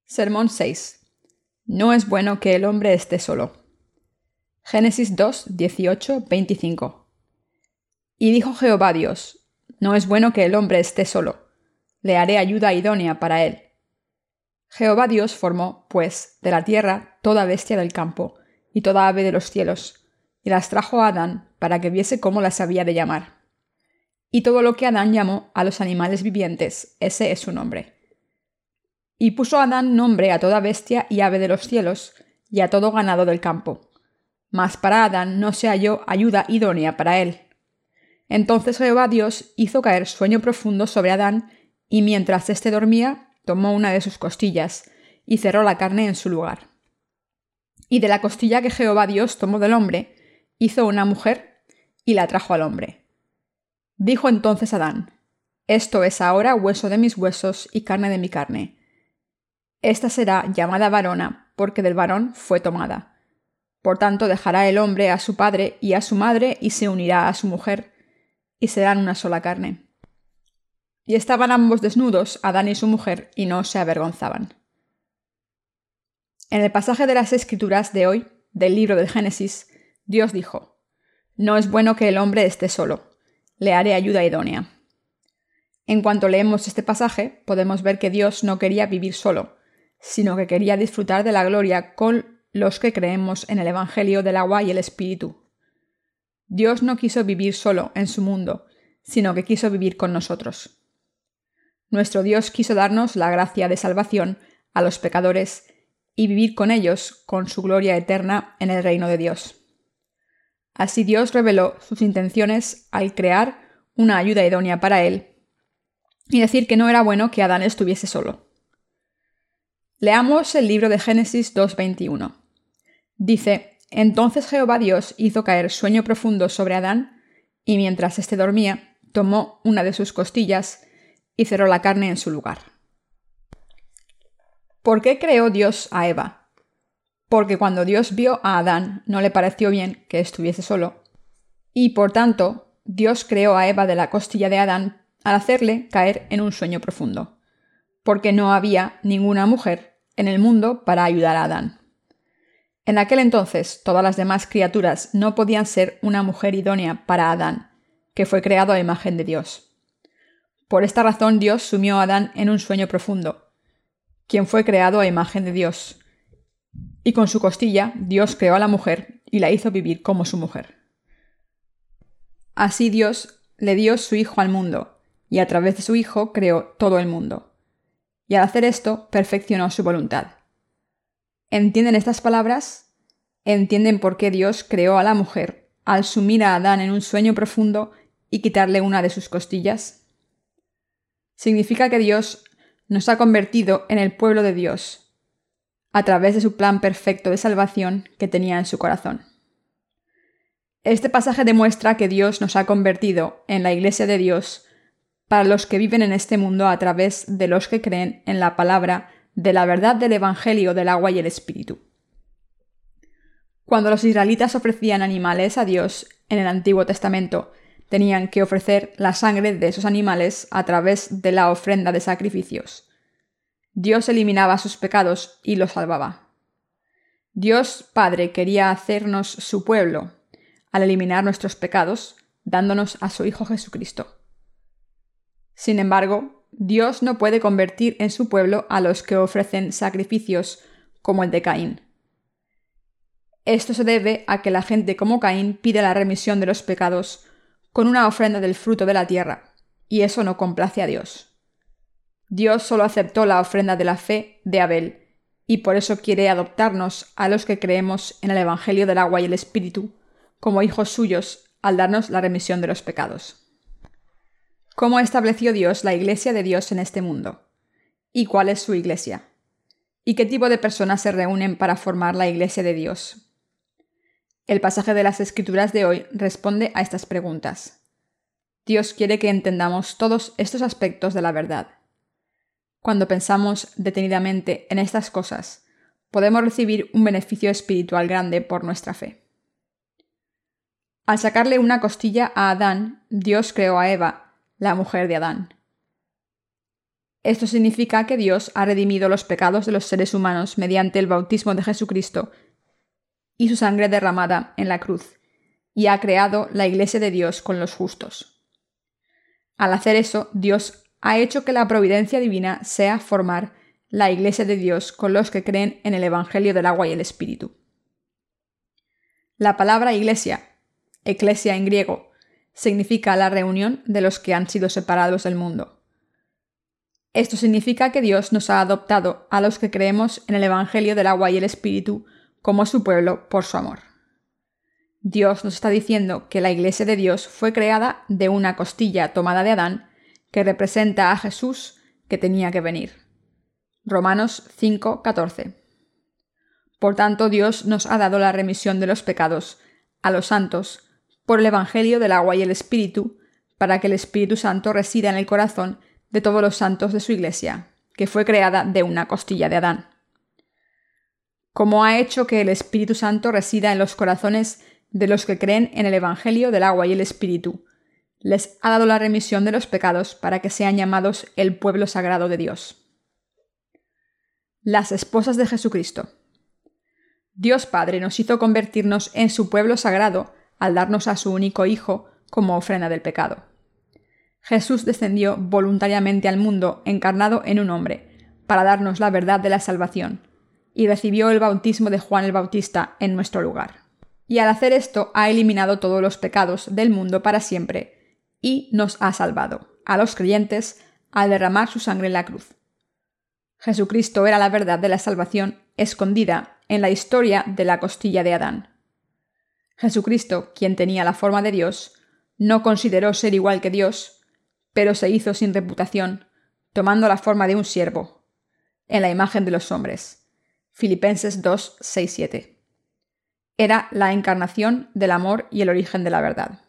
Sermón 6. No es bueno que el hombre esté solo. Génesis 2, 18, 25. Y dijo Jehová Dios: No es bueno que el hombre esté solo. Le haré ayuda idónea para él. Jehová Dios formó, pues, de la tierra toda bestia del campo y toda ave de los cielos, y las trajo a Adán para que viese cómo las había de llamar. Y todo lo que Adán llamó a los animales vivientes, ese es su nombre. Y puso Adán nombre a toda bestia y ave de los cielos, y a todo ganado del campo. Mas para Adán no se halló ayuda idónea para él. Entonces Jehová Dios hizo caer sueño profundo sobre Adán, y mientras éste dormía, tomó una de sus costillas, y cerró la carne en su lugar. Y de la costilla que Jehová Dios tomó del hombre, hizo una mujer, y la trajo al hombre. Dijo entonces Adán: Esto es ahora hueso de mis huesos y carne de mi carne. Esta será llamada varona, porque del varón fue tomada. Por tanto dejará el hombre a su padre y a su madre, y se unirá a su mujer, y serán una sola carne. Y estaban ambos desnudos, Adán y su mujer, y no se avergonzaban. En el pasaje de las Escrituras de hoy, del libro del Génesis, Dios dijo: No es bueno que el hombre esté solo, le haré ayuda idónea. En cuanto leemos este pasaje, podemos ver que Dios no quería vivir solo, sino que quería disfrutar de la gloria con los que creemos en el Evangelio del agua y el Espíritu. Dios no quiso vivir solo en su mundo, sino que quiso vivir con nosotros. Nuestro Dios quiso darnos la gracia de salvación a los pecadores y vivir con ellos con su gloria eterna en el reino de Dios. Así Dios reveló sus intenciones al crear una ayuda idónea para él y decir que no era bueno que Adán estuviese solo. Leamos el libro de Génesis 2:21. Dice: Entonces Jehová Dios hizo caer sueño profundo sobre Adán, y mientras éste dormía, tomó una de sus costillas y cerró la carne en su lugar. ¿Por qué creó Dios a Eva? Porque cuando Dios vio a Adán no le pareció bien que estuviese solo, y por tanto Dios creó a Eva de la costilla de Adán al hacerle caer en un sueño profundo, porque no había ninguna mujer en el mundo para ayudar a Adán. En aquel entonces, todas las demás criaturas no podían ser una mujer idónea para Adán, que fue creado a imagen de Dios. Por esta razón Dios sumió a Adán en un sueño profundo, quien fue creado a imagen de Dios, y con su costilla Dios creó a la mujer y la hizo vivir como su mujer. Así Dios le dio su Hijo al mundo, y a través de su Hijo creó todo el mundo. Y al hacer esto, perfeccionó su voluntad. ¿Entienden estas palabras? ¿Entienden por qué Dios creó a la mujer al sumir a Adán en un sueño profundo y quitarle una de sus costillas? Significa que Dios nos ha convertido en el pueblo de Dios, a través de su plan perfecto de salvación que tenía en su corazón. Este pasaje demuestra que Dios nos ha convertido en la Iglesia de Dios para los que viven en este mundo a través de los que creen en la palabra de la verdad del Evangelio del agua y el Espíritu. Cuando los israelitas ofrecían animales a Dios en el Antiguo Testamento, tenían que ofrecer la sangre de esos animales a través de la ofrenda de sacrificios. Dios eliminaba sus pecados y los salvaba. Dios Padre quería hacernos su pueblo al eliminar nuestros pecados, dándonos a su Hijo Jesucristo. Sin embargo, Dios no puede convertir en su pueblo a los que ofrecen sacrificios como el de Caín. Esto se debe a que la gente como Caín pide la remisión de los pecados con una ofrenda del fruto de la tierra, y eso no complace a Dios. Dios solo aceptó la ofrenda de la fe de Abel, y por eso quiere adoptarnos a los que creemos en el Evangelio del agua y el Espíritu como hijos suyos al darnos la remisión de los pecados. ¿Cómo estableció Dios la Iglesia de Dios en este mundo? ¿Y cuál es su Iglesia? ¿Y qué tipo de personas se reúnen para formar la Iglesia de Dios? El pasaje de las Escrituras de hoy responde a estas preguntas. Dios quiere que entendamos todos estos aspectos de la verdad. Cuando pensamos detenidamente en estas cosas, podemos recibir un beneficio espiritual grande por nuestra fe. Al sacarle una costilla a Adán, Dios creó a Eva, la mujer de Adán. Esto significa que Dios ha redimido los pecados de los seres humanos mediante el bautismo de Jesucristo y su sangre derramada en la cruz, y ha creado la Iglesia de Dios con los justos. Al hacer eso, Dios ha hecho que la providencia divina sea formar la Iglesia de Dios con los que creen en el Evangelio del agua y el Espíritu. La palabra iglesia, eclesia en griego, significa la reunión de los que han sido separados del mundo. Esto significa que Dios nos ha adoptado a los que creemos en el Evangelio del agua y el Espíritu como su pueblo por su amor. Dios nos está diciendo que la Iglesia de Dios fue creada de una costilla tomada de Adán que representa a Jesús que tenía que venir. Romanos 5:14. Por tanto, Dios nos ha dado la remisión de los pecados a los santos por el Evangelio del agua y el Espíritu, para que el Espíritu Santo resida en el corazón de todos los santos de su Iglesia, que fue creada de una costilla de Adán. Como ha hecho que el Espíritu Santo resida en los corazones de los que creen en el Evangelio del agua y el Espíritu, les ha dado la remisión de los pecados para que sean llamados el pueblo sagrado de Dios. Las esposas de Jesucristo. Dios Padre nos hizo convertirnos en su pueblo sagrado al darnos a su único Hijo como ofrenda del pecado. Jesús descendió voluntariamente al mundo encarnado en un hombre para darnos la verdad de la salvación y recibió el bautismo de Juan el Bautista en nuestro lugar. Y al hacer esto ha eliminado todos los pecados del mundo para siempre y nos ha salvado, a los creyentes, al derramar su sangre en la cruz. Jesucristo era la verdad de la salvación escondida en la historia de la costilla de Adán. Jesucristo, quien tenía la forma de Dios, no consideró ser igual que Dios, pero se hizo sin reputación, tomando la forma de un siervo, en la imagen de los hombres. Filipenses 2:6-7. Era la encarnación del amor y el origen de la verdad.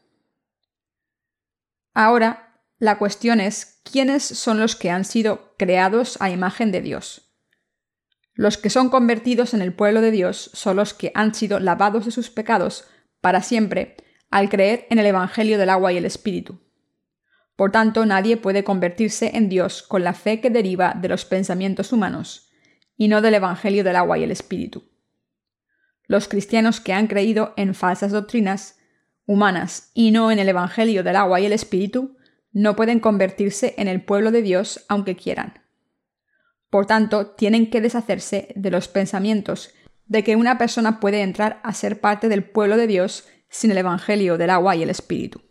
Ahora, la cuestión es, ¿quiénes son los que han sido creados a imagen de Dios? Los que son convertidos en el pueblo de Dios son los que han sido lavados de sus pecados para siempre al creer en el Evangelio del agua y el Espíritu. Por tanto, nadie puede convertirse en Dios con la fe que deriva de los pensamientos humanos y no del Evangelio del agua y el Espíritu. Los cristianos que han creído en falsas doctrinas humanas y no en el Evangelio del agua y el Espíritu no pueden convertirse en el pueblo de Dios aunque quieran. Por tanto, tienen que deshacerse de los pensamientos de que una persona puede entrar a ser parte del pueblo de Dios sin el Evangelio del agua y el Espíritu.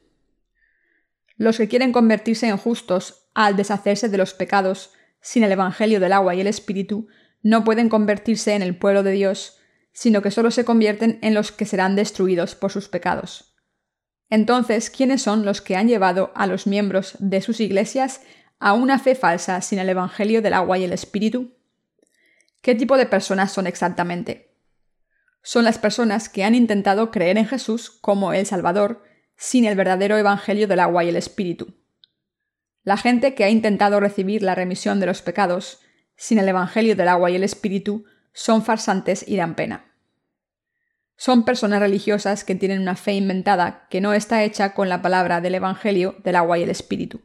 Los que quieren convertirse en justos al deshacerse de los pecados sin el Evangelio del agua y el Espíritu no pueden convertirse en el pueblo de Dios, sino que solo se convierten en los que serán destruidos por sus pecados. Entonces, ¿quiénes son los que han llevado a los miembros de sus iglesias a una fe falsa sin el Evangelio del agua y el Espíritu? ¿Qué tipo de personas son exactamente? Son las personas que han intentado creer en Jesús como el Salvador sin el verdadero Evangelio del agua y el Espíritu. La gente que ha intentado recibir la remisión de los pecados sin el Evangelio del agua y el Espíritu son farsantes y dan pena. Son personas religiosas que tienen una fe inventada que no está hecha con la palabra del Evangelio del agua y el Espíritu.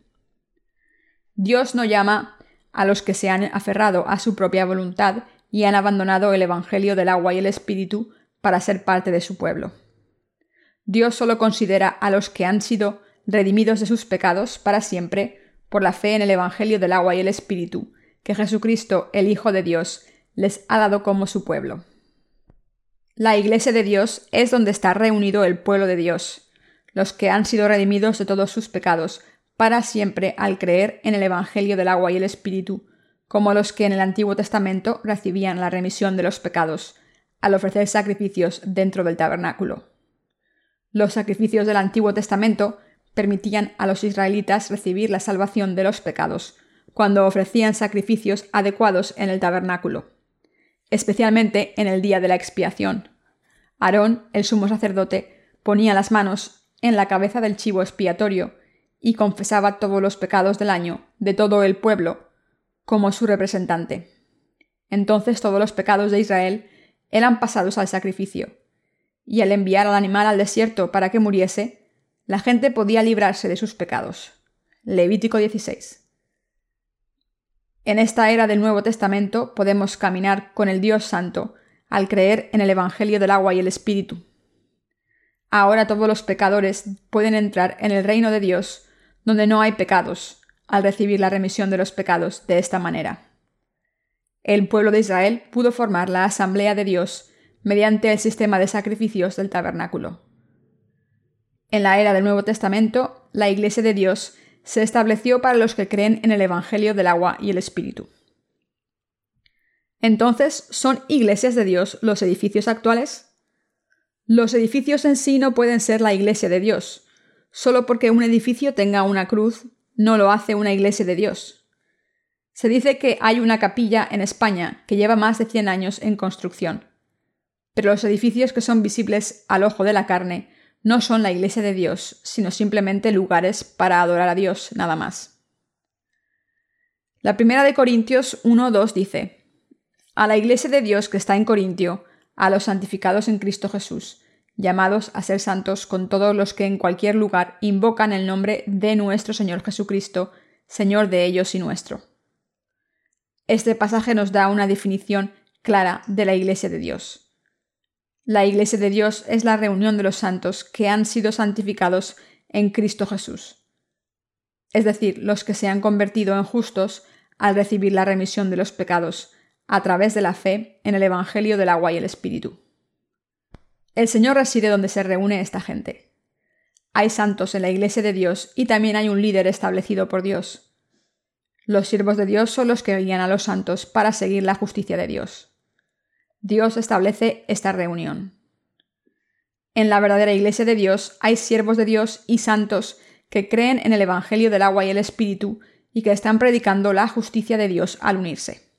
Dios no llama a los que se han aferrado a su propia voluntad y han abandonado el Evangelio del agua y el Espíritu para ser parte de su pueblo. Dios solo considera a los que han sido redimidos de sus pecados para siempre por la fe en el Evangelio del agua y el Espíritu, que Jesucristo, el Hijo de Dios, les ha dado como su pueblo. La Iglesia de Dios es donde está reunido el pueblo de Dios, los que han sido redimidos de todos sus pecados para siempre al creer en el Evangelio del agua y el Espíritu, como los que en el Antiguo Testamento recibían la remisión de los pecados, al ofrecer sacrificios dentro del tabernáculo. Los sacrificios del Antiguo Testamento permitían a los israelitas recibir la salvación de los pecados, cuando ofrecían sacrificios adecuados en el tabernáculo, especialmente en el día de la expiación. Aarón, el sumo sacerdote, ponía las manos en la cabeza del chivo expiatorio y confesaba todos los pecados del año de todo el pueblo como su representante. Entonces todos los pecados de Israel eran pasados al sacrificio, y al enviar al animal al desierto para que muriese, la gente podía librarse de sus pecados. Levítico 16. En esta era del Nuevo Testamento podemos caminar con el Dios Santo al creer en el Evangelio del agua y el Espíritu. Ahora todos los pecadores pueden entrar en el reino de Dios, donde no hay pecados, al recibir la remisión de los pecados de esta manera. El pueblo de Israel pudo formar la asamblea de Dios mediante el sistema de sacrificios del tabernáculo. En la era del Nuevo Testamento, la Iglesia de Dios se estableció para los que creen en el Evangelio del agua y el Espíritu. Entonces, ¿son iglesias de Dios los edificios actuales? Los edificios en sí no pueden ser la Iglesia de Dios. Solo porque un edificio tenga una cruz, no lo hace una Iglesia de Dios. Se dice que hay una capilla en España que lleva más de 100 años en construcción. Pero los edificios que son visibles al ojo de la carne no son la Iglesia de Dios, sino simplemente lugares para adorar a Dios, nada más. La primera de Corintios 1:2 dice: A la Iglesia de Dios que está en Corintio, a los santificados en Cristo Jesús, llamados a ser santos con todos los que en cualquier lugar invocan el nombre de nuestro Señor Jesucristo, Señor de ellos y nuestro. Este pasaje nos da una definición clara de la Iglesia de Dios. La Iglesia de Dios es la reunión de los santos que han sido santificados en Cristo Jesús, es decir, los que se han convertido en justos al recibir la remisión de los pecados a través de la fe en el Evangelio del agua y el Espíritu. El Señor reside donde se reúne esta gente. Hay santos en la Iglesia de Dios y también hay un líder establecido por Dios. Los siervos de Dios son los que guían a los santos para seguir la justicia de Dios. Dios establece esta reunión. En la verdadera Iglesia de Dios hay siervos de Dios y santos que creen en el Evangelio del agua y el Espíritu y que están predicando la justicia de Dios al unirse.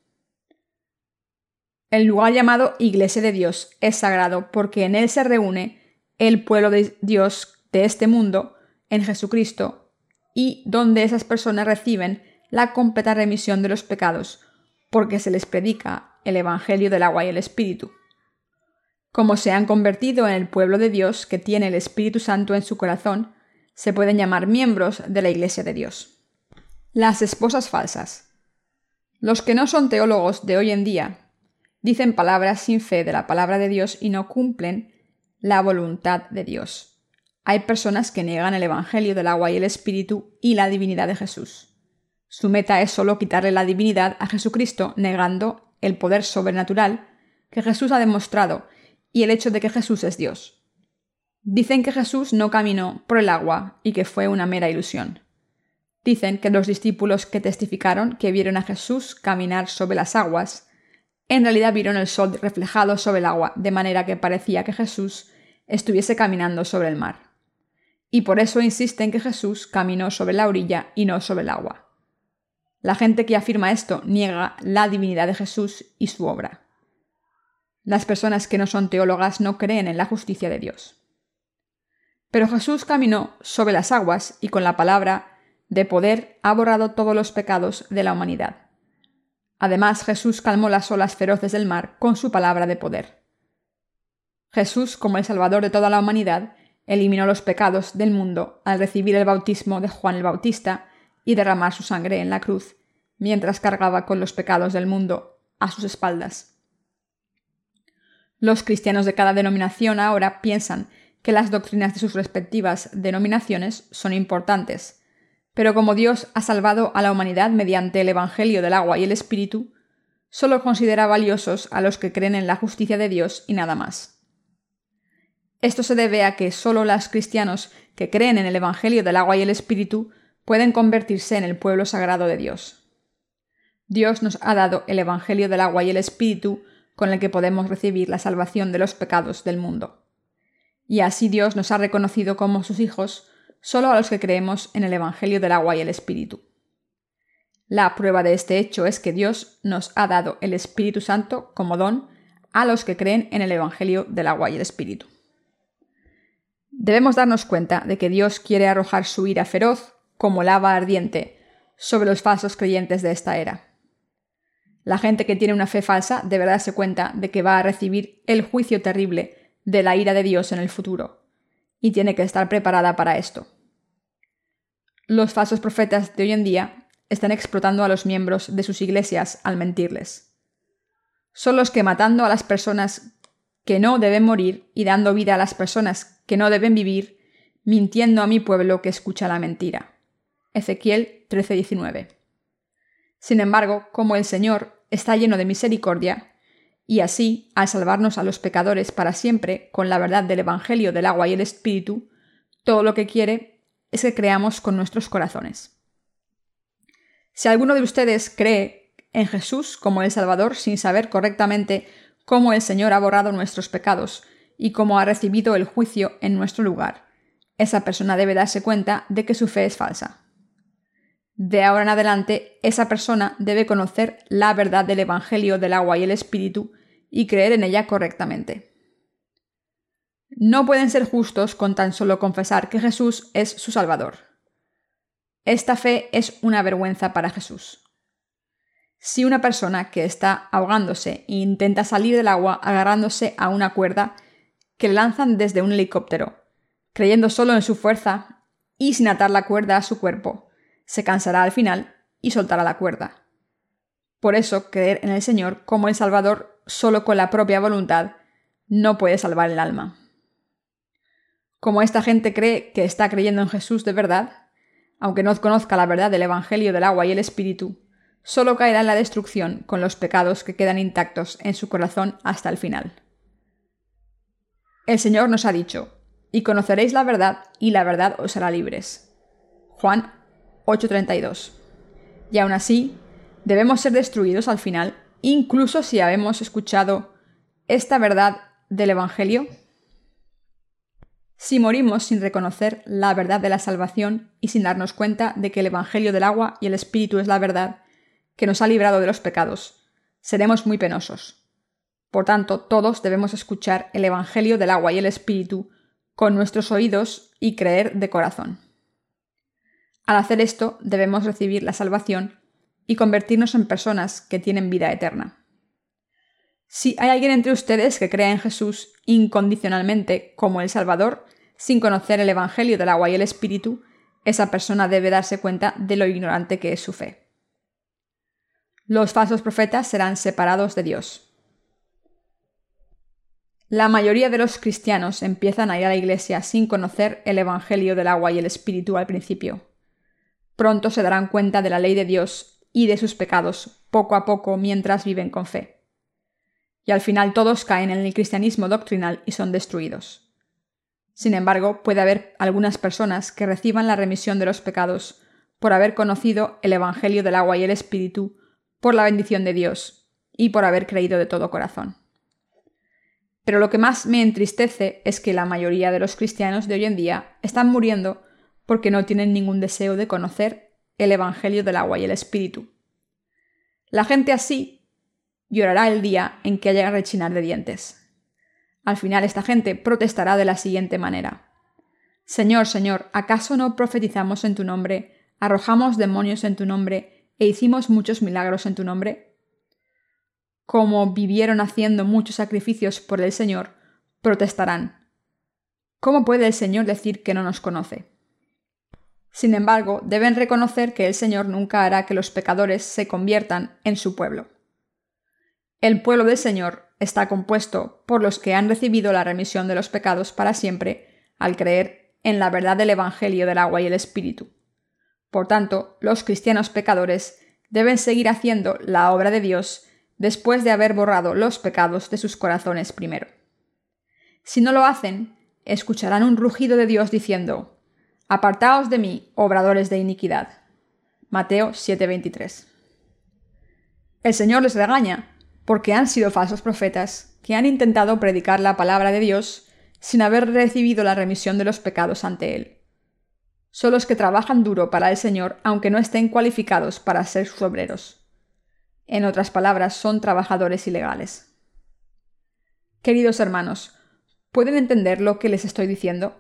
El lugar llamado Iglesia de Dios es sagrado porque en él se reúne el pueblo de Dios de este mundo en Jesucristo y donde esas personas reciben la completa remisión de los pecados porque se les predica el Evangelio del agua y el Espíritu. Como se han convertido en el pueblo de Dios que tiene el Espíritu Santo en su corazón, se pueden llamar miembros de la Iglesia de Dios. Las esposas falsas. Los que no son teólogos de hoy en día dicen palabras sin fe de la palabra de Dios y no cumplen la voluntad de Dios. Hay personas que niegan el Evangelio del agua y el Espíritu y la divinidad de Jesús. Su meta es solo quitarle la divinidad a Jesucristo, negando el poder sobrenatural que Jesús ha demostrado y el hecho de que Jesús es Dios. Dicen que Jesús no caminó por el agua y que fue una mera ilusión. Dicen que los discípulos que testificaron que vieron a Jesús caminar sobre las aguas en realidad vieron el sol reflejado sobre el agua, de manera que parecía que Jesús estuviese caminando sobre el mar. Y por eso insisten que Jesús caminó sobre la orilla y no sobre el agua. La gente que afirma esto niega la divinidad de Jesús y su obra. Las personas que no son teólogas no creen en la justicia de Dios. Pero Jesús caminó sobre las aguas y con la palabra de poder ha borrado todos los pecados de la humanidad. Además, Jesús calmó las olas feroces del mar con su palabra de poder. Jesús, como el Salvador de toda la humanidad, eliminó los pecados del mundo al recibir el bautismo de Juan el Bautista y derramar su sangre en la cruz, mientras cargaba con los pecados del mundo a sus espaldas. Los cristianos de cada denominación ahora piensan que las doctrinas de sus respectivas denominaciones son importantes, pero como Dios ha salvado a la humanidad mediante el Evangelio del agua y el Espíritu, solo considera valiosos a los que creen en la justicia de Dios y nada más. Esto se debe a que solo los cristianos que creen en el Evangelio del agua y el Espíritu pueden convertirse en el pueblo sagrado de Dios. Dios nos ha dado el Evangelio del agua y el Espíritu con el que podemos recibir la salvación de los pecados del mundo. Y así Dios nos ha reconocido como sus hijos solo a los que creemos en el Evangelio del agua y el Espíritu. La prueba de este hecho es que Dios nos ha dado el Espíritu Santo como don a los que creen en el Evangelio del agua y el Espíritu. Debemos darnos cuenta de que Dios quiere arrojar su ira feroz, como lava ardiente, sobre los falsos creyentes de esta era. La gente que tiene una fe falsa debe darse cuenta de que va a recibir el juicio terrible de la ira de Dios en el futuro, y tiene que estar preparada para esto. Los falsos profetas de hoy en día están explotando a los miembros de sus iglesias al mentirles. Son los que, matando a las personas que no deben morir y dando vida a las personas que no deben vivir, mintiendo a mi pueblo que escucha la mentira. Ezequiel 13:19. Sin embargo, como el Señor está lleno de misericordia, y así, al salvarnos a los pecadores para siempre con la verdad del Evangelio del agua y el Espíritu, todo lo que quiere es que creamos con nuestros corazones. Si alguno de ustedes cree en Jesús como el Salvador sin saber correctamente cómo el Señor ha borrado nuestros pecados y cómo ha recibido el juicio en nuestro lugar, esa persona debe darse cuenta de que su fe es falsa. De ahora en adelante, esa persona debe conocer la verdad del Evangelio del agua y el Espíritu y creer en ella correctamente. No pueden ser justos con tan solo confesar que Jesús es su Salvador. Esta fe es una vergüenza para Jesús. Si una persona que está ahogándose e intenta salir del agua agarrándose a una cuerda que le lanzan desde un helicóptero, creyendo solo en su fuerza y sin atar la cuerda a su cuerpo, se cansará al final y soltará la cuerda. Por eso, creer en el Señor como el Salvador solo con la propia voluntad no puede salvar el alma. Como esta gente cree que está creyendo en Jesús de verdad, aunque no conozca la verdad del Evangelio del agua y el Espíritu, solo caerá en la destrucción con los pecados que quedan intactos en su corazón hasta el final. El Señor nos ha dicho: «Y conoceréis la verdad, y la verdad os hará libres». Juan 8:32. Y aún así, debemos ser destruidos al final, incluso si habemos escuchado esta verdad del Evangelio. Si morimos sin reconocer la verdad de la salvación y sin darnos cuenta de que el Evangelio del agua y el Espíritu es la verdad que nos ha librado de los pecados, seremos muy penosos. Por tanto, todos debemos escuchar el Evangelio del agua y el Espíritu con nuestros oídos y creer de corazón. Al hacer esto, debemos recibir la salvación y convertirnos en personas que tienen vida eterna. Si hay alguien entre ustedes que crea en Jesús incondicionalmente como el Salvador, sin conocer el Evangelio del agua y el Espíritu, esa persona debe darse cuenta de lo ignorante que es su fe. Los falsos profetas serán separados de Dios. La mayoría de los cristianos empiezan a ir a la iglesia sin conocer el Evangelio del agua y el Espíritu al principio. Pronto se darán cuenta de la ley de Dios y de sus pecados, poco a poco, mientras viven con fe. Y al final todos caen en el cristianismo doctrinal y son destruidos. Sin embargo, puede haber algunas personas que reciban la remisión de los pecados por haber conocido el Evangelio del agua y el Espíritu, por la bendición de Dios y por haber creído de todo corazón. Pero lo que más me entristece es que la mayoría de los cristianos de hoy en día están muriendo porque no tienen ningún deseo de conocer el Evangelio del agua y el Espíritu. La gente así llorará el día en que haya que rechinar de dientes. Al final esta gente protestará de la siguiente manera: «Señor, Señor, ¿acaso no profetizamos en tu nombre, arrojamos demonios en tu nombre e hicimos muchos milagros en tu nombre?» Como vivieron haciendo muchos sacrificios por el Señor, protestarán: «¿Cómo puede el Señor decir que no nos conoce?» Sin embargo, deben reconocer que el Señor nunca hará que los pecadores se conviertan en su pueblo. El pueblo del Señor está compuesto por los que han recibido la remisión de los pecados para siempre al creer en la verdad del Evangelio del agua y el Espíritu. Por tanto, los cristianos pecadores deben seguir haciendo la obra de Dios después de haber borrado los pecados de sus corazones primero. Si no lo hacen, escucharán un rugido de Dios diciendo: «Apartaos de mí, obradores de iniquidad». Mateo 7:23. El Señor les regaña porque han sido falsos profetas que han intentado predicar la palabra de Dios sin haber recibido la remisión de los pecados ante Él. Son los que trabajan duro para el Señor aunque no estén cualificados para ser sus obreros. En otras palabras, son trabajadores ilegales. Queridos hermanos, ¿pueden entender lo que les estoy diciendo?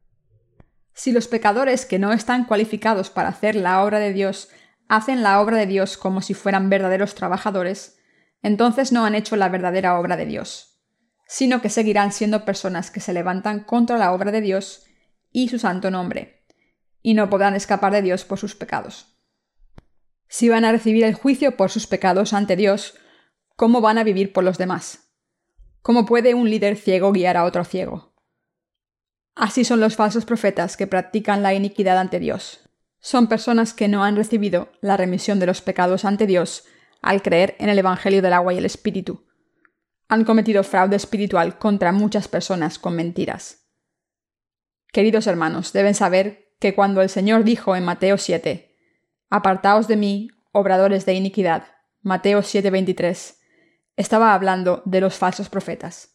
Si los pecadores que no están cualificados para hacer la obra de Dios hacen la obra de Dios como si fueran verdaderos trabajadores, entonces no han hecho la verdadera obra de Dios, sino que seguirán siendo personas que se levantan contra la obra de Dios y su santo nombre, y no podrán escapar de Dios por sus pecados. Si van a recibir el juicio por sus pecados ante Dios, ¿cómo van a vivir por los demás? ¿Cómo puede un líder ciego guiar a otro ciego? Así son los falsos profetas que practican la iniquidad ante Dios. Son personas que no han recibido la remisión de los pecados ante Dios al creer en el Evangelio del agua y el Espíritu. Han cometido fraude espiritual contra muchas personas con mentiras. Queridos hermanos, deben saber que cuando el Señor dijo en Mateo 7, «Apartaos de mí, obradores de iniquidad», Mateo 7:23, estaba hablando de los falsos profetas.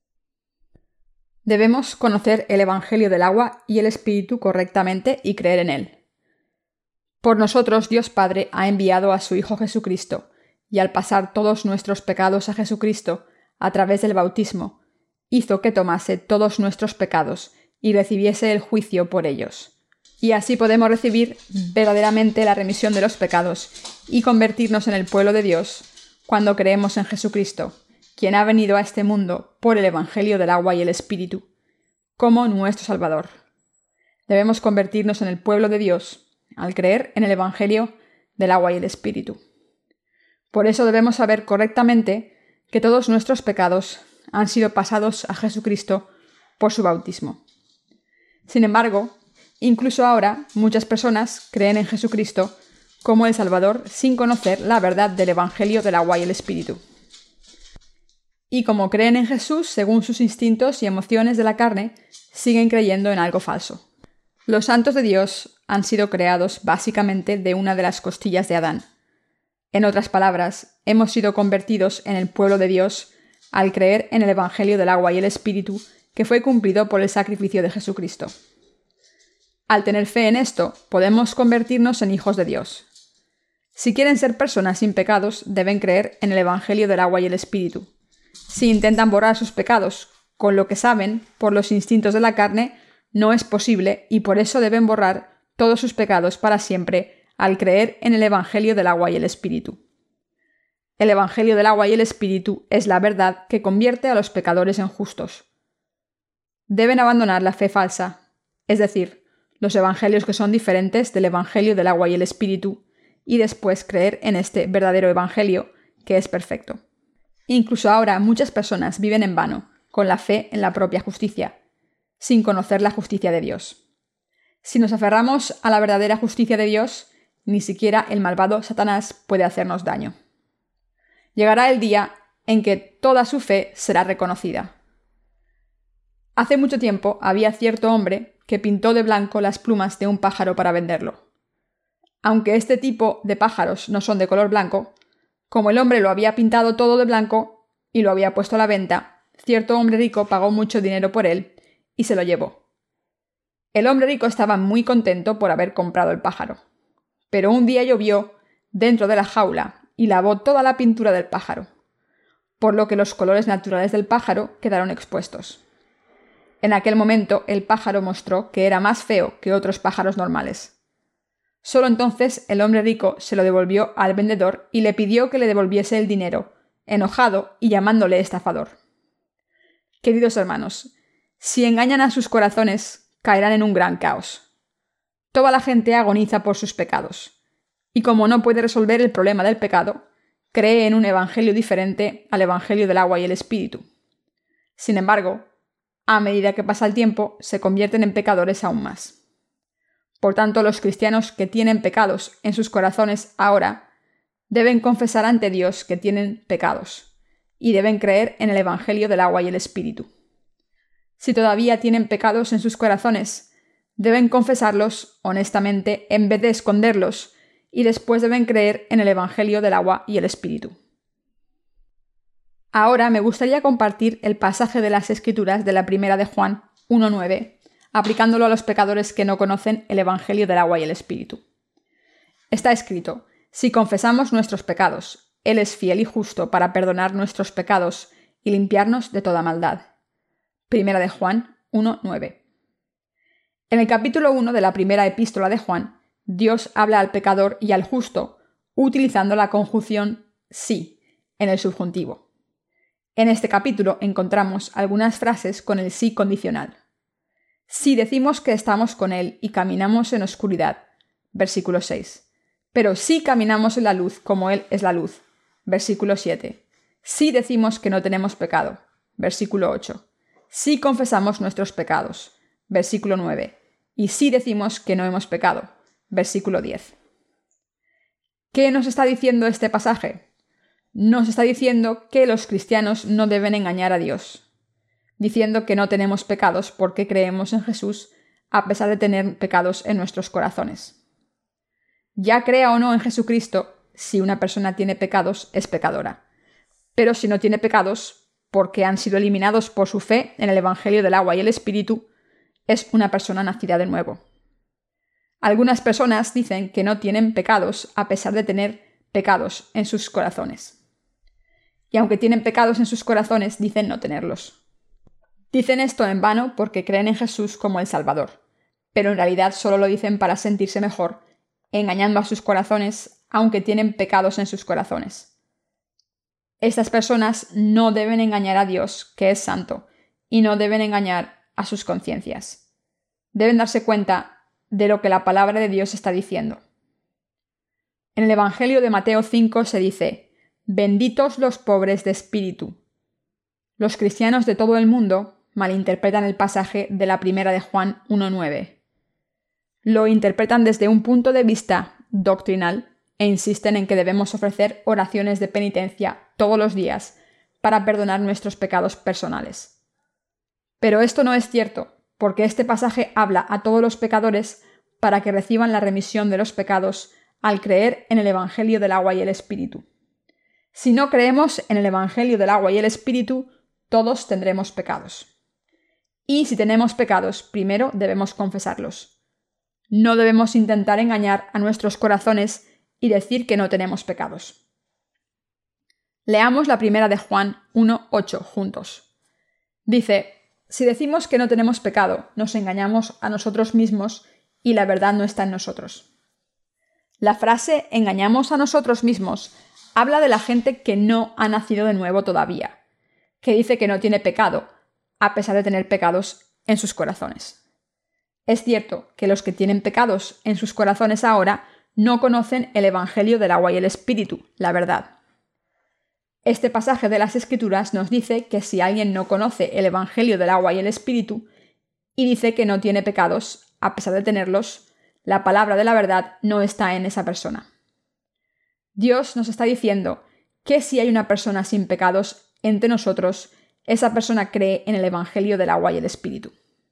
Debemos conocer el Evangelio del agua y el Espíritu correctamente y creer en él. Por nosotros Dios Padre ha enviado a su Hijo Jesucristo, y al pasar todos nuestros pecados a Jesucristo a través del bautismo, hizo que tomase todos nuestros pecados y recibiese el juicio por ellos. Y así podemos recibir verdaderamente la remisión de los pecados y convertirnos en el pueblo de Dios cuando creemos en Jesucristo, quien ha venido a este mundo por el Evangelio del agua y el Espíritu, como nuestro Salvador. Debemos convertirnos en el pueblo de Dios al creer en el Evangelio del agua y el Espíritu. Por eso debemos saber correctamente que todos nuestros pecados han sido pasados a Jesucristo por su bautismo. Sin embargo, incluso ahora muchas personas creen en Jesucristo como el Salvador sin conocer la verdad del Evangelio del agua y el Espíritu. Y como creen en Jesús según sus instintos y emociones de la carne, siguen creyendo en algo falso. Los santos de Dios han sido creados básicamente de una de las costillas de Adán. En otras palabras, hemos sido convertidos en el pueblo de Dios al creer en el Evangelio del agua y el Espíritu que fue cumplido por el sacrificio de Jesucristo. Al tener fe en esto, podemos convertirnos en hijos de Dios. Si quieren ser personas sin pecados, deben creer en el Evangelio del agua y el Espíritu. Si intentan borrar sus pecados con lo que saben por los instintos de la carne, no es posible y por eso deben borrar todos sus pecados para siempre al creer en el Evangelio del agua y el Espíritu. El Evangelio del agua y el Espíritu es la verdad que convierte a los pecadores en justos. Deben abandonar la fe falsa, es decir, los evangelios que son diferentes del Evangelio del agua y el Espíritu, y después creer en este verdadero Evangelio, que es perfecto. Incluso ahora muchas personas viven en vano, con la fe en la propia justicia, sin conocer la justicia de Dios. Si nos aferramos a la verdadera justicia de Dios, ni siquiera el malvado Satanás puede hacernos daño. Llegará el día en que toda su fe será reconocida. Hace mucho tiempo había cierto hombre que pintó de blanco las plumas de un pájaro para venderlo. Aunque este tipo de pájaros no son de color blanco, como el hombre lo había pintado todo de blanco y lo había puesto a la venta, cierto hombre rico pagó mucho dinero por él y se lo llevó. El hombre rico estaba muy contento por haber comprado el pájaro. Pero un día llovió dentro de la jaula y lavó toda la pintura del pájaro, por lo que los colores naturales del pájaro quedaron expuestos. En aquel momento el pájaro mostró que era más feo que otros pájaros normales. Solo entonces el hombre rico se lo devolvió al vendedor y le pidió que le devolviese el dinero, enojado y llamándole estafador. Queridos hermanos, si engañan a sus corazones, caerán en un gran caos. Toda la gente agoniza por sus pecados, y como no puede resolver el problema del pecado, cree en un evangelio diferente al evangelio del agua y el Espíritu. Sin embargo, a medida que pasa el tiempo, se convierten en pecadores aún más. Por tanto, los cristianos que tienen pecados en sus corazones ahora deben confesar ante Dios que tienen pecados y deben creer en el Evangelio del agua y el Espíritu. Si todavía tienen pecados en sus corazones, deben confesarlos honestamente en vez de esconderlos y después deben creer en el Evangelio del agua y el Espíritu. Ahora me gustaría compartir el pasaje de las Escrituras de la primera de Juan 1:9, aplicándolo a los pecadores que no conocen el Evangelio del agua y el Espíritu. Está escrito: si confesamos nuestros pecados, Él es fiel y justo para perdonar nuestros pecados y limpiarnos de toda maldad. Primera de Juan 1:9. En el capítulo 1 de la primera epístola de Juan, Dios habla al pecador y al justo, utilizando la conjunción sí en el subjuntivo. En este capítulo encontramos algunas frases con el sí condicional. Si decimos que estamos con Él y caminamos en oscuridad, versículo 6, Pero sí caminamos en la luz como Él es la luz. Versículo 7. Sí decimos que no tenemos pecado. Versículo 8. Sí confesamos nuestros pecados. Versículo 9. Y sí decimos que no hemos pecado. Versículo 10. ¿Qué nos está diciendo este pasaje? Nos está diciendo que los cristianos no deben engañar a Dios, diciendo que no tenemos pecados porque creemos en Jesús a pesar de tener pecados en nuestros corazones. Ya crea o no en Jesucristo, si una persona tiene pecados, es pecadora. Pero si no tiene pecados, porque han sido eliminados por su fe en el Evangelio del agua y el Espíritu, es una persona nacida de nuevo. Algunas personas dicen que no tienen pecados a pesar de tener pecados en sus corazones. Y aunque tienen pecados en sus corazones, dicen no tenerlos. Dicen esto en vano porque creen en Jesús como el Salvador, pero en realidad solo lo dicen para sentirse mejor, engañando a sus corazones, aunque tienen pecados en sus corazones. Estas personas no deben engañar a Dios, que es santo, y no deben engañar a sus conciencias. Deben darse cuenta de lo que la palabra de Dios está diciendo. En el Evangelio de Mateo 5 se dice: «Benditos los pobres de espíritu». Los cristianos de todo el mundo malinterpretan el pasaje de la primera de Juan 1:9. Lo interpretan desde un punto de vista doctrinal e insisten en que debemos ofrecer oraciones de penitencia todos los días para perdonar nuestros pecados personales. Pero esto no es cierto, porque este pasaje habla a todos los pecadores para que reciban la remisión de los pecados al creer en el Evangelio del agua y el Espíritu. Si no creemos en el Evangelio del agua y el Espíritu, todos tendremos pecados. Y si tenemos pecados, primero debemos confesarlos. No debemos intentar engañar a nuestros corazones y decir que no tenemos pecados. Leamos la primera de Juan 1:8 juntos. Dice: «Si decimos que no tenemos pecado, nos engañamos a nosotros mismos y la verdad no está en nosotros». La frase «engañamos a nosotros mismos» habla de la gente que no ha nacido de nuevo todavía, que dice que no tiene pecado, a pesar de tener pecados en sus corazones. Es cierto que los que tienen pecados en sus corazones ahora no conocen el Evangelio del agua y el Espíritu, la verdad. Este pasaje de las Escrituras nos dice que si alguien no conoce el Evangelio del agua y el Espíritu y dice que no tiene pecados, a pesar de tenerlos, la palabra de la verdad no está en esa persona. Dios nos está diciendo que si hay una persona sin pecados entre nosotros, esa persona cree en el Evangelio del agua y el Espíritu.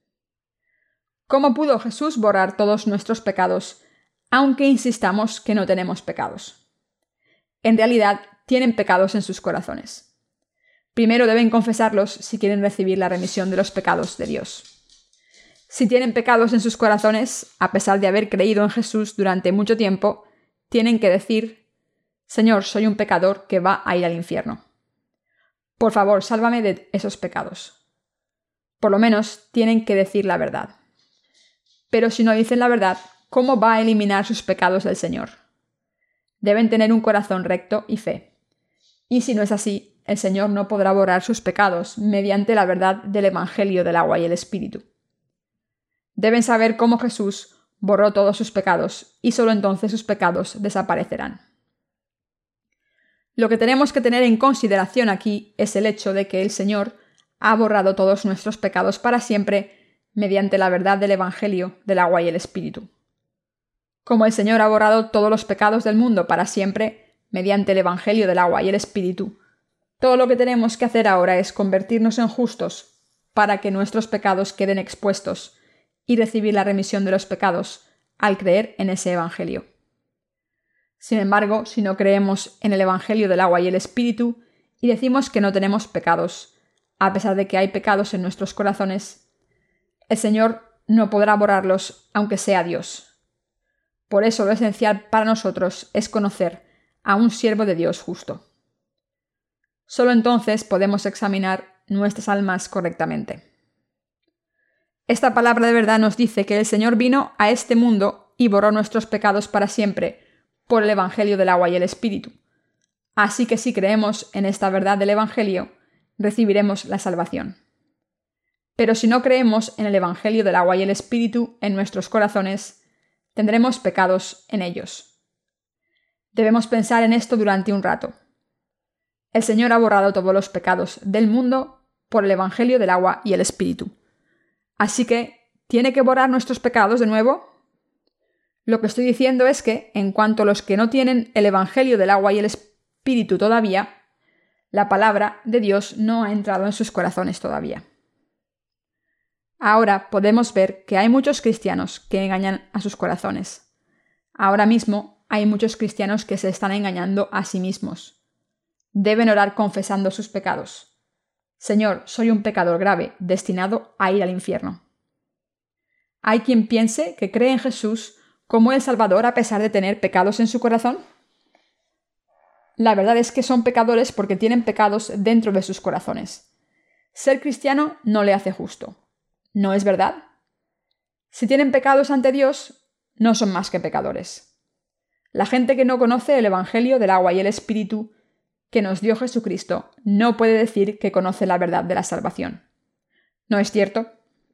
¿Cómo pudo Jesús borrar todos nuestros pecados, aunque insistamos que no tenemos pecados? En realidad, tienen pecados en sus corazones. Primero deben confesarlos si quieren recibir la remisión de los pecados de Dios. Si tienen pecados en sus corazones, a pesar de haber creído en Jesús durante mucho tiempo, tienen que decir: «Señor, soy un pecador que va a ir al infierno. Por favor, sálvame de esos pecados». Por lo menos tienen que decir la verdad. Pero si no dicen la verdad, ¿cómo va a eliminar sus pecados del Señor? Deben tener un corazón recto y fe. Y si no es así, el Señor no podrá borrar sus pecados mediante la verdad del Evangelio del agua y el Espíritu. Deben saber cómo Jesús borró todos sus pecados y solo entonces sus pecados desaparecerán. Lo que tenemos que tener en consideración aquí es el hecho de que el Señor ha borrado todos nuestros pecados para siempre mediante la verdad del Evangelio del agua y el Espíritu. Como el Señor ha borrado todos los pecados del mundo para siempre mediante el Evangelio del agua y el Espíritu, todo lo que tenemos que hacer ahora es convertirnos en justos para que nuestros pecados queden expuestos y recibir la remisión de los pecados al creer en ese Evangelio. Sin embargo, si no creemos en el Evangelio del agua y el Espíritu y decimos que no tenemos pecados, a pesar de que hay pecados en nuestros corazones, el Señor no podrá borrarlos aunque sea Dios. Por eso lo esencial para nosotros es conocer a un siervo de Dios justo. Solo entonces podemos examinar nuestras almas correctamente. Esta palabra de verdad nos dice que el Señor vino a este mundo y borró nuestros pecados para siempre por el Evangelio del agua y el Espíritu. Así que si creemos en esta verdad del Evangelio, recibiremos la salvación. Pero si no creemos en el Evangelio del agua y el Espíritu en nuestros corazones, tendremos pecados en ellos. Debemos pensar en esto durante un rato. El Señor ha borrado todos los pecados del mundo por el Evangelio del agua y el Espíritu. Así que, ¿tiene que borrar nuestros pecados de nuevo? Lo que estoy diciendo es que, en cuanto a los que no tienen el Evangelio del agua y el Espíritu todavía, la palabra de Dios no ha entrado en sus corazones todavía. Ahora podemos ver que hay muchos cristianos que engañan a sus corazones. Ahora mismo hay muchos cristianos que se están engañando a sí mismos. Deben orar confesando sus pecados. Señor, soy un pecador grave, destinado a ir al infierno. ¿Hay quien piense que cree en Jesús como el Salvador a pesar de tener pecados en su corazón? La verdad es que son pecadores porque tienen pecados dentro de sus corazones. Ser cristiano no le hace justo. ¿No es verdad? Si tienen pecados ante Dios, no son más que pecadores. La gente que no conoce el Evangelio del agua y el Espíritu que nos dio Jesucristo no puede decir que conoce la verdad de la salvación. ¿No es cierto?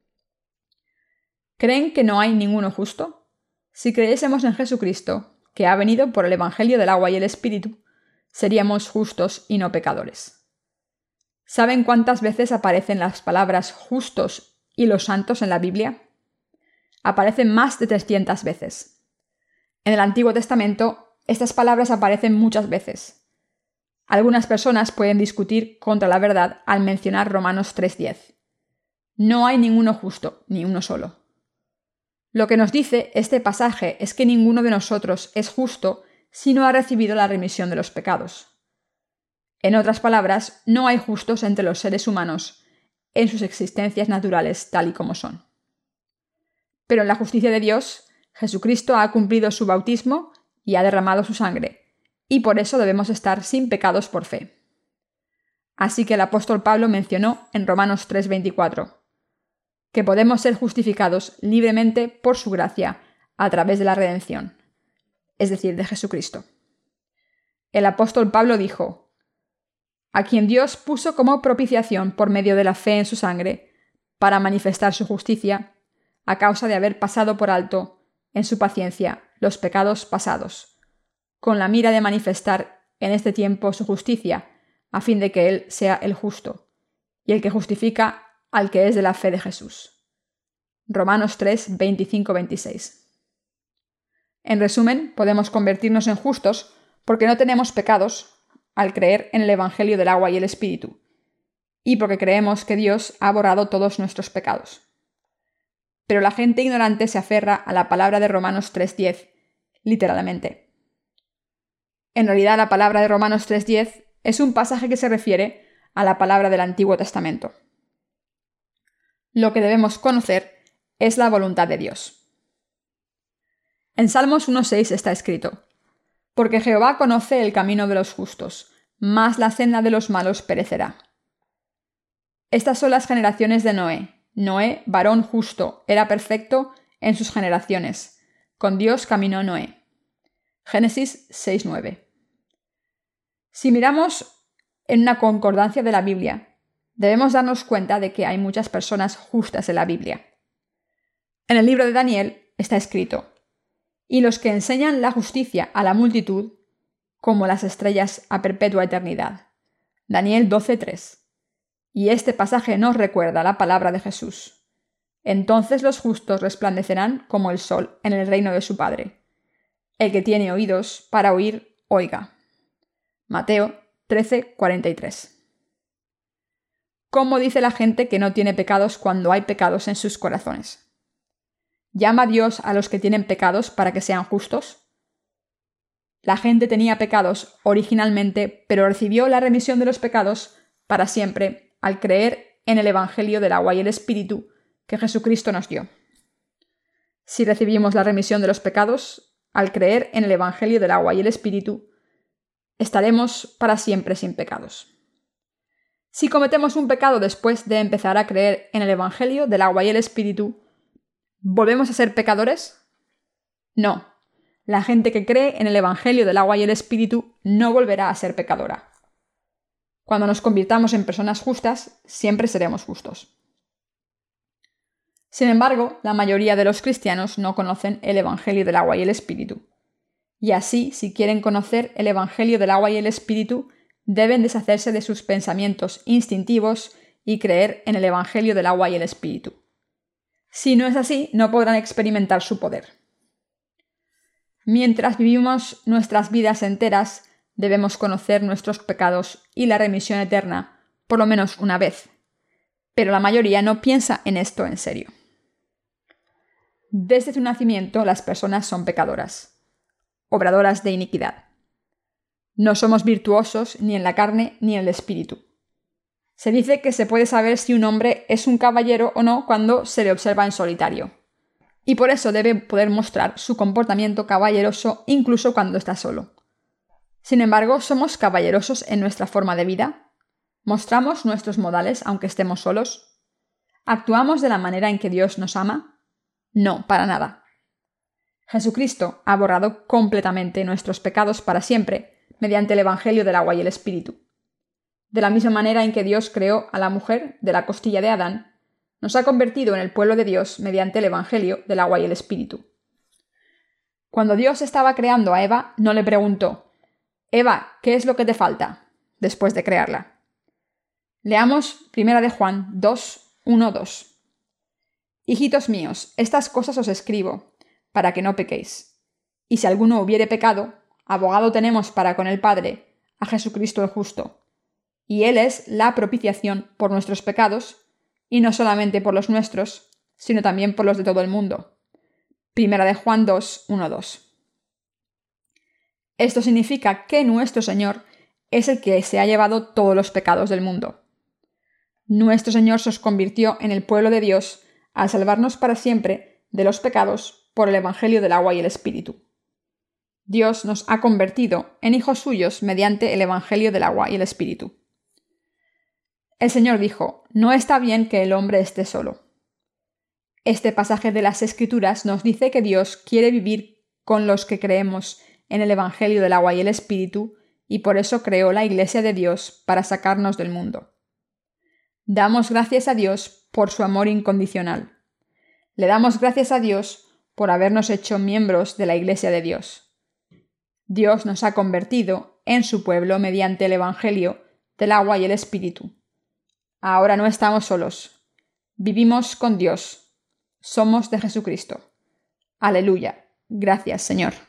¿Creen que no hay ninguno justo? Si creyésemos en Jesucristo, que ha venido por el Evangelio del agua y el Espíritu, seríamos justos y no pecadores. ¿Saben cuántas veces aparecen las palabras justos y los santos en la Biblia? Aparecen más de 300 veces. En el Antiguo Testamento, estas palabras aparecen muchas veces. Algunas personas pueden discutir contra la verdad al mencionar Romanos 3:10. No hay ninguno justo, ni uno solo. Lo que nos dice este pasaje es que ninguno de nosotros es justo si no ha recibido la remisión de los pecados. En otras palabras, no hay justos entre los seres humanos en sus existencias naturales tal y como son. Pero en la justicia de Dios, Jesucristo ha cumplido su bautismo y ha derramado su sangre, y por eso debemos estar sin pecados por fe. Así que el apóstol Pablo mencionó en Romanos 3:24 que podemos ser justificados libremente por su gracia a través de la redención, es decir, de Jesucristo. El apóstol Pablo dijo: a quien Dios puso como propiciación por medio de la fe en su sangre, para manifestar su justicia, a causa de haber pasado por alto, en su paciencia, los pecados pasados, con la mira de manifestar en este tiempo su justicia, a fin de que Él sea el justo, y el que justifica al que es de la fe de Jesús. Romanos 3, 25-26. En resumen, podemos convertirnos en justos porque no tenemos pecados al creer en el Evangelio del agua y el Espíritu, y porque creemos que Dios ha borrado todos nuestros pecados. Pero la gente ignorante se aferra a la palabra de Romanos 3:10, literalmente. En realidad, la palabra de Romanos 3:10 es un pasaje que se refiere a la palabra del Antiguo Testamento. Lo que debemos conocer es la voluntad de Dios. En Salmos 1:6 está escrito: porque Jehová conoce el camino de los justos, mas la senda de los malos perecerá. Estas son las generaciones de Noé. Noé, varón justo, era perfecto en sus generaciones. Con Dios caminó Noé. Génesis 6:9. Si miramos en una concordancia de la Biblia, debemos darnos cuenta de que hay muchas personas justas en la Biblia. En el libro de Daniel está escrito: y los que enseñan la justicia a la multitud, como las estrellas a perpetua eternidad. Daniel 12:3. Y este pasaje nos recuerda la palabra de Jesús: entonces los justos resplandecerán como el sol en el reino de su Padre. El que tiene oídos para oír, oiga. Mateo 13:43. ¿Cómo dice la gente que no tiene pecados cuando hay pecados en sus corazones? ¿Llama Dios a los que tienen pecados para que sean justos? La gente tenía pecados originalmente, pero recibió la remisión de los pecados para siempre al creer en el Evangelio del agua y el Espíritu que Jesucristo nos dio. Si recibimos la remisión de los pecados al creer en el Evangelio del agua y el Espíritu, estaremos para siempre sin pecados. Si cometemos un pecado después de empezar a creer en el Evangelio del agua y el Espíritu, ¿volvemos a ser pecadores? No. La gente que cree en el Evangelio del agua y el Espíritu no volverá a ser pecadora. Cuando nos convirtamos en personas justas, siempre seremos justos. Sin embargo, la mayoría de los cristianos no conocen el Evangelio del agua y el Espíritu. Y así, si quieren conocer el Evangelio del agua y el Espíritu, deben deshacerse de sus pensamientos instintivos y creer en el Evangelio del agua y el Espíritu. Si no es así, no podrán experimentar su poder. Mientras vivimos nuestras vidas enteras, debemos conocer nuestros pecados y la remisión eterna, por lo menos una vez. Pero la mayoría no piensa en esto en serio. Desde su nacimiento, las personas son pecadoras, obradoras de iniquidad. No somos virtuosos ni en la carne ni en el espíritu. Se dice que se puede saber si un hombre es un caballero o no cuando se le observa en solitario. Y por eso debe poder mostrar su comportamiento caballeroso incluso cuando está solo. Sin embargo, ¿somos caballerosos en nuestra forma de vida? ¿Mostramos nuestros modales aunque estemos solos? ¿Actuamos de la manera en que Dios nos ama? No, para nada. Jesucristo ha borrado completamente nuestros pecados para siempre mediante el Evangelio del agua y el Espíritu. De la misma manera en que Dios creó a la mujer de la costilla de Adán, nos ha convertido en el pueblo de Dios mediante el Evangelio del agua y el Espíritu. Cuando Dios estaba creando a Eva, no le preguntó: «Eva, ¿qué es lo que te falta?», después de crearla. Leamos 1 de Juan 2, 1-2. «Hijitos míos, estas cosas os escribo, para que no pequéis. Y si alguno hubiere pecado, abogado tenemos para con el Padre, a Jesucristo el justo. Y Él es la propiciación por nuestros pecados, y no solamente por los nuestros, sino también por los de todo el mundo». 1 de Juan 2, 1-2. Esto significa que nuestro Señor es el que se ha llevado todos los pecados del mundo. Nuestro Señor se convirtió en el pueblo de Dios al salvarnos para siempre de los pecados por el Evangelio del agua y el Espíritu. Dios nos ha convertido en hijos suyos mediante el Evangelio del agua y el Espíritu. El Señor dijo: «No está bien que el hombre esté solo». Este pasaje de las Escrituras nos dice que Dios quiere vivir con los que creemos en el Evangelio del agua y el Espíritu, y por eso creó la Iglesia de Dios para sacarnos del mundo. Damos gracias a Dios por su amor incondicional. Le damos gracias a Dios por habernos hecho miembros de la Iglesia de Dios. Dios nos ha convertido en su pueblo mediante el Evangelio del agua y el Espíritu. Ahora no estamos solos. Vivimos con Dios. Somos de Jesucristo. Aleluya. Gracias, Señor.